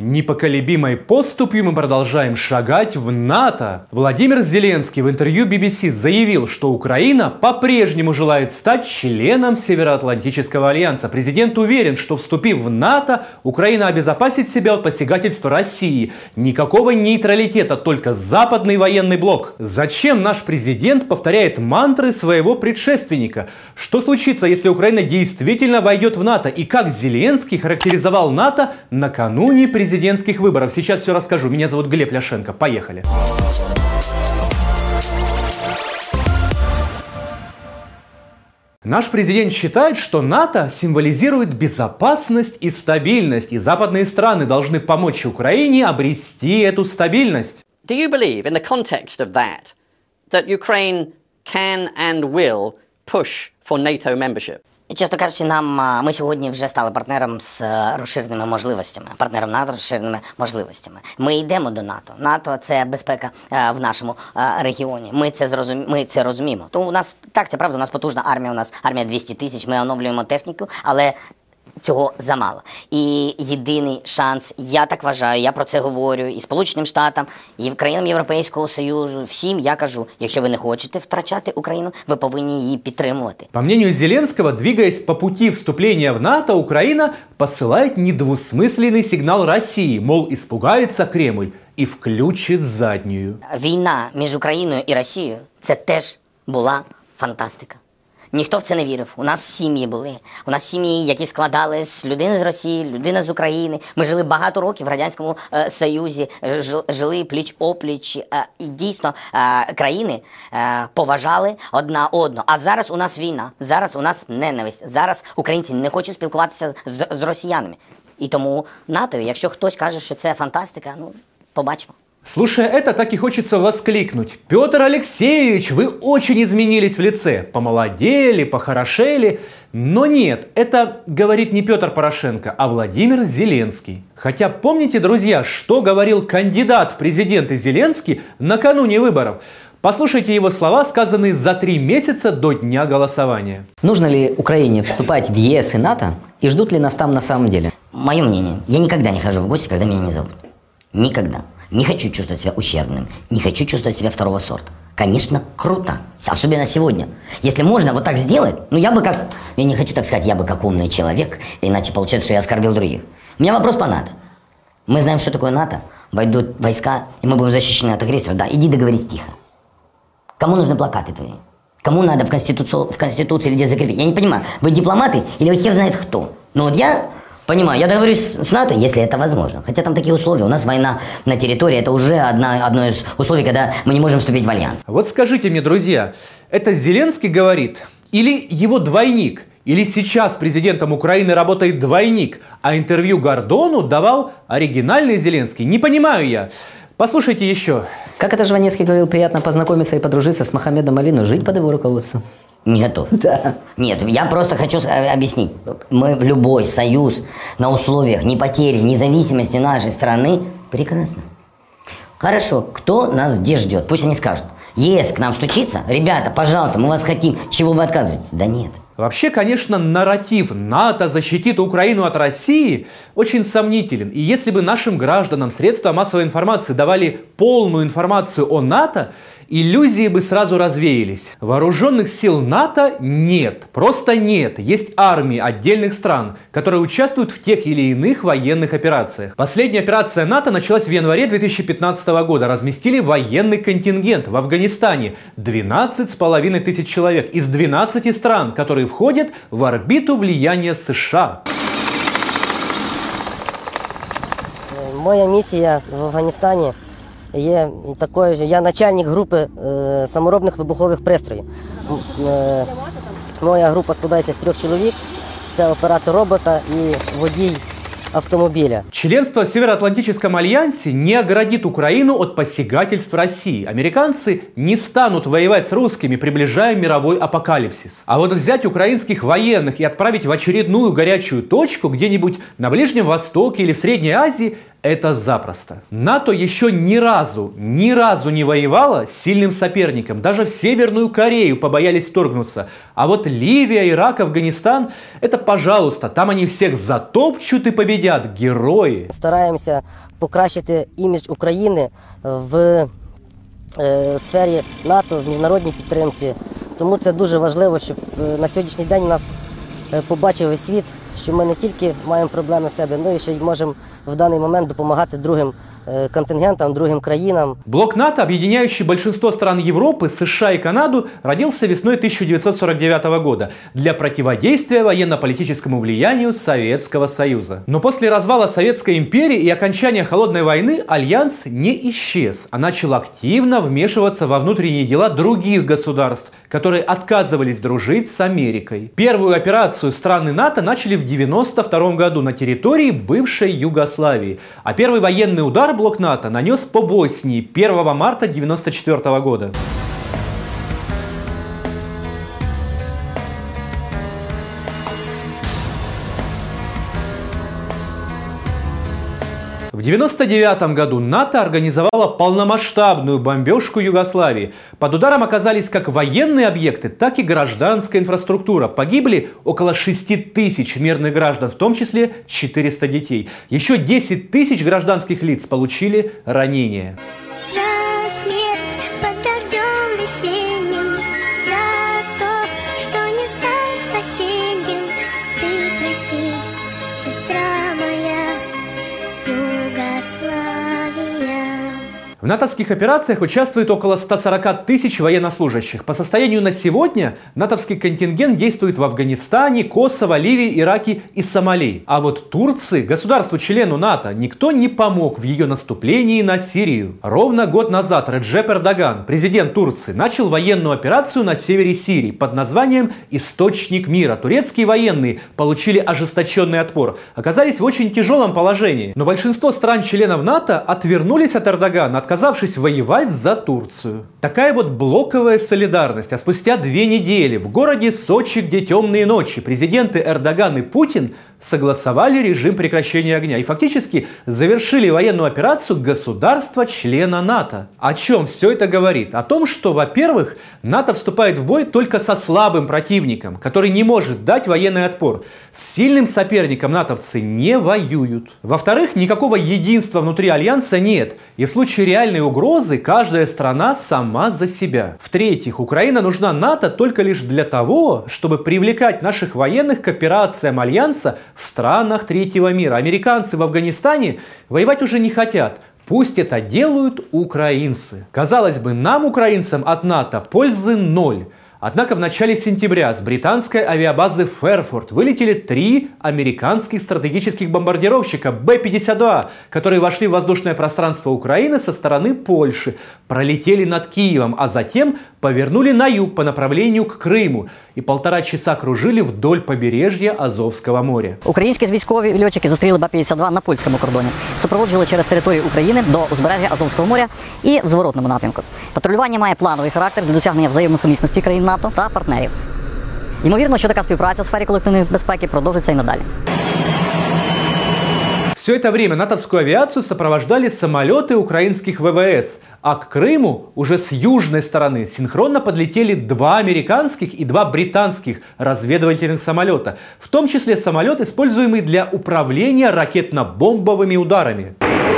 Непоколебимой поступью мы продолжаем шагать в НАТО. Владимир Зеленский в интервью BBC заявил, что Украина по-прежнему желает стать членом Североатлантического альянса. Президент уверен, что, вступив в НАТО, Украина обезопасит себя от посягательства России. Никакого нейтралитета, только западный военный блок. Зачем наш президент повторяет мантры своего предшественника? Что случится, если Украина действительно войдет в НАТО? И как Зеленский характеризовал НАТО накануне президентских выборов? Сейчас все расскажу. Меня зовут Глеб Ляшенко. Поехали. Наш президент считает, что НАТО символизирует безопасность и стабильность, и западные страны должны помочь Украине обрести эту стабильность. Do you believe in the context of that Ukraine can and will push for NATO membership? Чесно кажучи, ми сьогодні вже стали партнером з розширеними можливостями, партнером НАТО з розширеними можливостями. Ми йдемо до НАТО. НАТО – це безпека в нашому регіоні. Ми це розуміємо. То у нас, так, це правда, у нас потужна армія, у нас армія 200 тисяч, ми оновлюємо техніку, але цього замало. І єдиний шанс, я так вважаю, я про це говорю і Сполученим Штатам, і країнам Європейського Союзу, всім я кажу, якщо ви не хочете втрачати Україну, ви повинні її підтримувати. По мнению Зеленского, двигаясь по пути вступления в НАТО, Украина посылает недвусмысленный сигнал России, мол, испугается Кремль и включит заднюю. Війна між Україною і Росією – це теж була фантастика. Ніхто в це не вірив. У нас сім'ї були. У нас сім'ї, які складались людина з Росії, людина з України. Ми жили багато років в Радянському Союзі, жили пліч-опліч. І дійсно країни поважали одна одну. А зараз у нас війна, зараз у нас ненависть. Зараз українці не хочуть спілкуватися з росіянами. І тому НАТО, якщо хтось каже, що це фантастика, ну, побачимо. Слушая это, так и хочется воскликнуть. Петр Алексеевич, вы очень изменились в лице. Помолодели, похорошели. Но нет, это говорит не Петр Порошенко, а Владимир Зеленский. Хотя помните, друзья, что говорил кандидат в президенты Зеленский накануне выборов? Послушайте его слова, сказанные за 3 месяца до дня голосования. Нужно ли Украине вступать в ЕС и НАТО? И ждут ли нас там на самом деле? Мое мнение, я никогда не хожу в гости, когда меня не зовут. Никогда. Не хочу чувствовать себя ущербным, не хочу чувствовать себя второго сорта. Конечно, круто, особенно сегодня. Если можно вот так сделать, ну я не хочу так сказать, я бы как умный человек, иначе получается, что я оскорбил других. У меня вопрос по НАТО. Мы знаем, что такое НАТО, войдут войска, и мы будем защищены от агрессора. Да, иди договорись тихо. Кому нужны плакаты твои? Кому надо в Конституции или где закрепить? Я не понимаю, вы дипломаты или вы хер знает кто? Ну вот я... Понимаю, я договорюсь с НАТО, если это возможно. Хотя там такие условия. У нас война на территории, это уже одно из условий, когда мы не можем вступить в альянс. Вот скажите мне, друзья, это Зеленский говорит или его двойник? Или сейчас президентом Украины работает двойник, а интервью Гордону давал оригинальный Зеленский? Не понимаю я. Послушайте еще. Как это Жванецкий говорил, приятно познакомиться и подружиться с Мохаммедом Алиной, жить под его руководством. Не готов. Да. Нет, я просто хочу объяснить. Мы в любой союз на условиях ни потери, независимости нашей страны прекрасно. Хорошо, кто нас где ждет? Пусть они скажут. ЕС к нам стучится? Ребята, пожалуйста, мы вас хотим. Чего вы отказываете? Да нет. Вообще, конечно, нарратив «НАТО защитит Украину от России» очень сомнителен. И если бы нашим гражданам средства массовой информации давали полную информацию о НАТО, иллюзии бы сразу развеялись. Вооруженных сил НАТО нет, просто нет. Есть армии отдельных стран, которые участвуют в тех или иных военных операциях. Последняя операция НАТО началась в январе 2015 года. Разместили военный контингент в Афганистане. 12,5 тысяч человек из 12 стран, которые входят в орбиту влияния США. Моя миссия в Афганистані є такою, я начальник групи саморобних вибухових пристроїв. Моя група складається з 3 чоловік, це оператор робота і водій автомобиля. Членство в Североатлантическом альянсе не оградит Украину от посягательств России. Американцы не станут воевать с русскими, приближая мировой апокалипсис. А вот взять украинских военных и отправить в очередную горячую точку где-нибудь на Ближнем Востоке или в Средней Азии – Это запросто. НАТО еще ни разу не воевало с сильным соперником. Даже в Северную Корею побоялись вторгнуться. А вот Ливия, Ирак, Афганистан – это, пожалуйста, там они всех затопчут и победят. Герои. Стараємося покращити імідж України в сфері НАТО, в міжнародній підтримці. Тому це дуже важливо, щоб на сьогоднішній день нас побачив весь світ, що ми не тільки маємо проблеми в себе, але і ще й можемо в даний момент допомагати другим контингентам, другим країнам. Блок НАТО, объединяющий большинство стран Европы, США и Канаду, родился весной 1949 года для противодействия военно-политическому влиянию Советского Союза. Но после развала Советской империи и окончания Холодной войны Альянс не исчез, а начал активно вмешиваться во внутренние дела других государств, которые отказывались дружить с Америкой. Первую операцию страны НАТО начали в 1992 году на территории бывшей Югославии, а первый военный удар блок НАТО нанес по Боснии 1 марта 1994 года. В 1999 году НАТО организовало полномасштабную бомбежку Югославии. Под ударом оказались как военные объекты, так и гражданская инфраструктура. Погибли около 6 тысяч мирных граждан, в том числе 400 детей. Еще 10 тысяч гражданских лиц получили ранения. В натовских операциях участвует около 140 тысяч военнослужащих. По состоянию на сегодня натовский контингент действует в Афганистане, Косово, Ливии, Ираке и Сомали. А вот Турции, государству-члену НАТО, никто не помог в ее наступлении на Сирию. Ровно год назад Реджеп Эрдоган, президент Турции, начал военную операцию на севере Сирии под названием «Источник мира». Турецкие военные получили ожесточенный отпор, оказались в очень тяжелом положении. Но большинство стран-членов НАТО отвернулись от Эрдогана, отказавшись воевать за Турцию. Такая вот блоковая солидарность. А спустя 2 недели в городе Сочи, где темные ночи, президенты Эрдоган и Путин согласовали режим прекращения огня и фактически завершили военную операцию государства-члена НАТО. О чем все это говорит? О том, что, во-первых, НАТО вступает в бой только со слабым противником, который не может дать военный отпор. С сильным соперником натовцы не воюют. Во-вторых, никакого единства внутри альянса нет, и в случае реальной угрозы каждая страна сама за себя. В-третьих, Украина нужна НАТО только лишь для того, чтобы привлекать наших военных к операциям альянса в странах третьего мира. Американцы в Афганистане воевать уже не хотят. Пусть это делают украинцы. Казалось бы, нам, украинцам, от НАТО пользы 0. Однако в начале сентября с британской авиабазы Ферфорд вылетели 3 американских стратегических бомбардировщика Б-52, которые вошли в воздушное пространство Украины со стороны Польши, пролетели над Киевом, а затем повернули на юг по направлению к Крыму и 1,5 часа кружили вдоль побережья Азовского моря. Українські військові льотчики зустріли Б-52 на польському кордоні, супроводжували через територію України до узбережжя Азовського моря і в зворотному напрямку. Патрулювання має плановий характер для досягнення взаємосумісності країн НАТО та партнерів. Ймовірно, що така співпраця в сфері колективної безпеки продовжиться і надалі. Все это время натовскую авиацию сопровождали самолеты украинских ВВС, а к Крыму уже с южной стороны синхронно подлетели 2 американских и 2 британских разведывательных самолета, в том числе самолет, используемый для управления ракетно-бомбовыми ударами.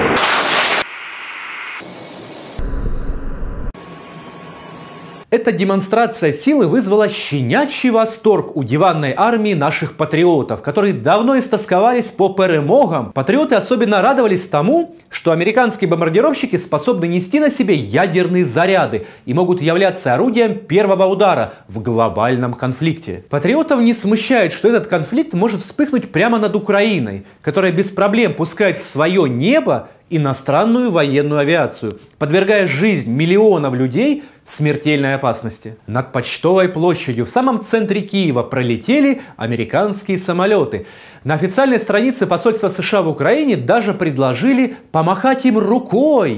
Эта демонстрация силы вызвала щенячий восторг у диванной армии наших патриотов, которые давно истосковались по перемогам. Патриоты особенно радовались тому, что американские бомбардировщики способны нести на себе ядерные заряды и могут являться орудием первого удара в глобальном конфликте. Патриотов не смущает, что этот конфликт может вспыхнуть прямо над Украиной, которая без проблем пускает в свое небо иностранную военную авиацию, подвергая жизнь миллионов людей смертельной опасности. Над Почтовой площадью в самом центре Киева пролетели американские самолеты. На официальной странице посольства США в Украине даже предложили помахать им рукой.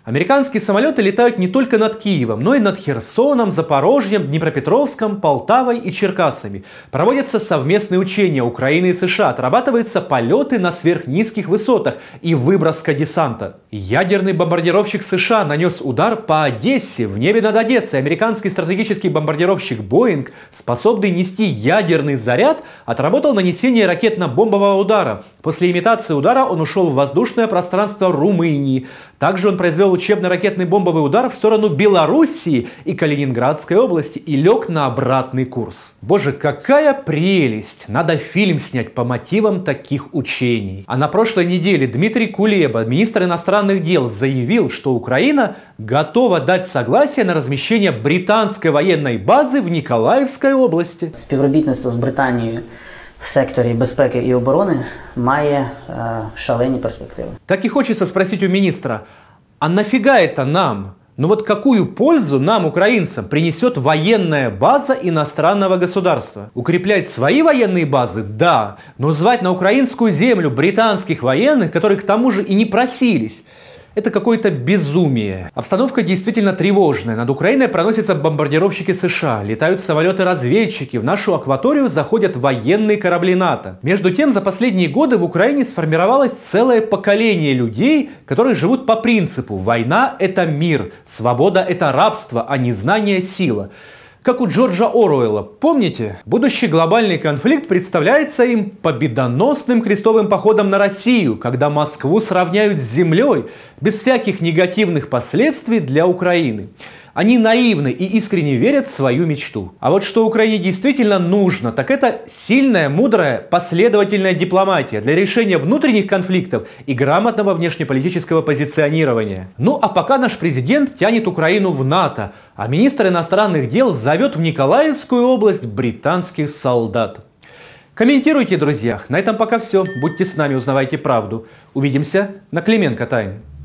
Американские самолеты летают не только над Киевом, но и над Херсоном, Запорожьем, Днепропетровском, Полтавой и Черкасами. Проводятся совместные учения Украины и США, отрабатываются полеты на сверхнизких высотах и выброска десанта. Ядерный бомбардировщик США нанес удар по Одессе. В небе над Одессой американский стратегический бомбардировщик «Боинг», способный нести ядерный заряд, отработал нанесение ракетно-бомбового удара. После имитации удара он ушел в воздушное пространство Румынии. Также он произвел учебно-ракетный бомбовый удар в сторону Белоруссии и Калининградской области и лег на обратный курс. Боже, какая прелесть! Надо фильм снять по мотивам таких учений. А на прошлой неделе Дмитрий Кулеба, министр иностранных дел, заявил, что Украина готова дать согласие на размещение британской военной базы в Николаївській області. Співробітництво з Британією в секторі безпеки і оборони має шалені перспективи. Так и хочется спросить у министра, а нафига это нам? Ну вот какую пользу нам, украинцам, принесет военная база иностранного государства? Укреплять свои военные базы? Да. Но звать на украинскую землю британских военных, которые к тому же и не просились, это какое-то безумие. Обстановка действительно тревожная. Над Украиной проносятся бомбардировщики США, летают самолеты-разведчики, в нашу акваторию заходят военные корабли НАТО. Между тем, за последние годы в Украине сформировалось целое поколение людей, которые живут по принципу «война – это мир, свобода – это рабство, а незнание – сила». Как у Джорджа Оруэлла, помните? Будущий глобальный конфликт представляется им победоносным крестовым походом на Россию, когда Москву сравняют с землей, без всяких негативных последствий для Украины. Они наивны и искренне верят в свою мечту. А вот что Украине действительно нужно, так это сильная, мудрая, последовательная дипломатия для решения внутренних конфликтов и грамотного внешнеполитического позиционирования. Ну а пока наш президент тянет Украину в НАТО, а министр иностранных дел зовет в Николаевскую область британских солдат. Комментируйте, друзья. На этом пока все. Будьте с нами, узнавайте правду. Увидимся на Клименко Тайм.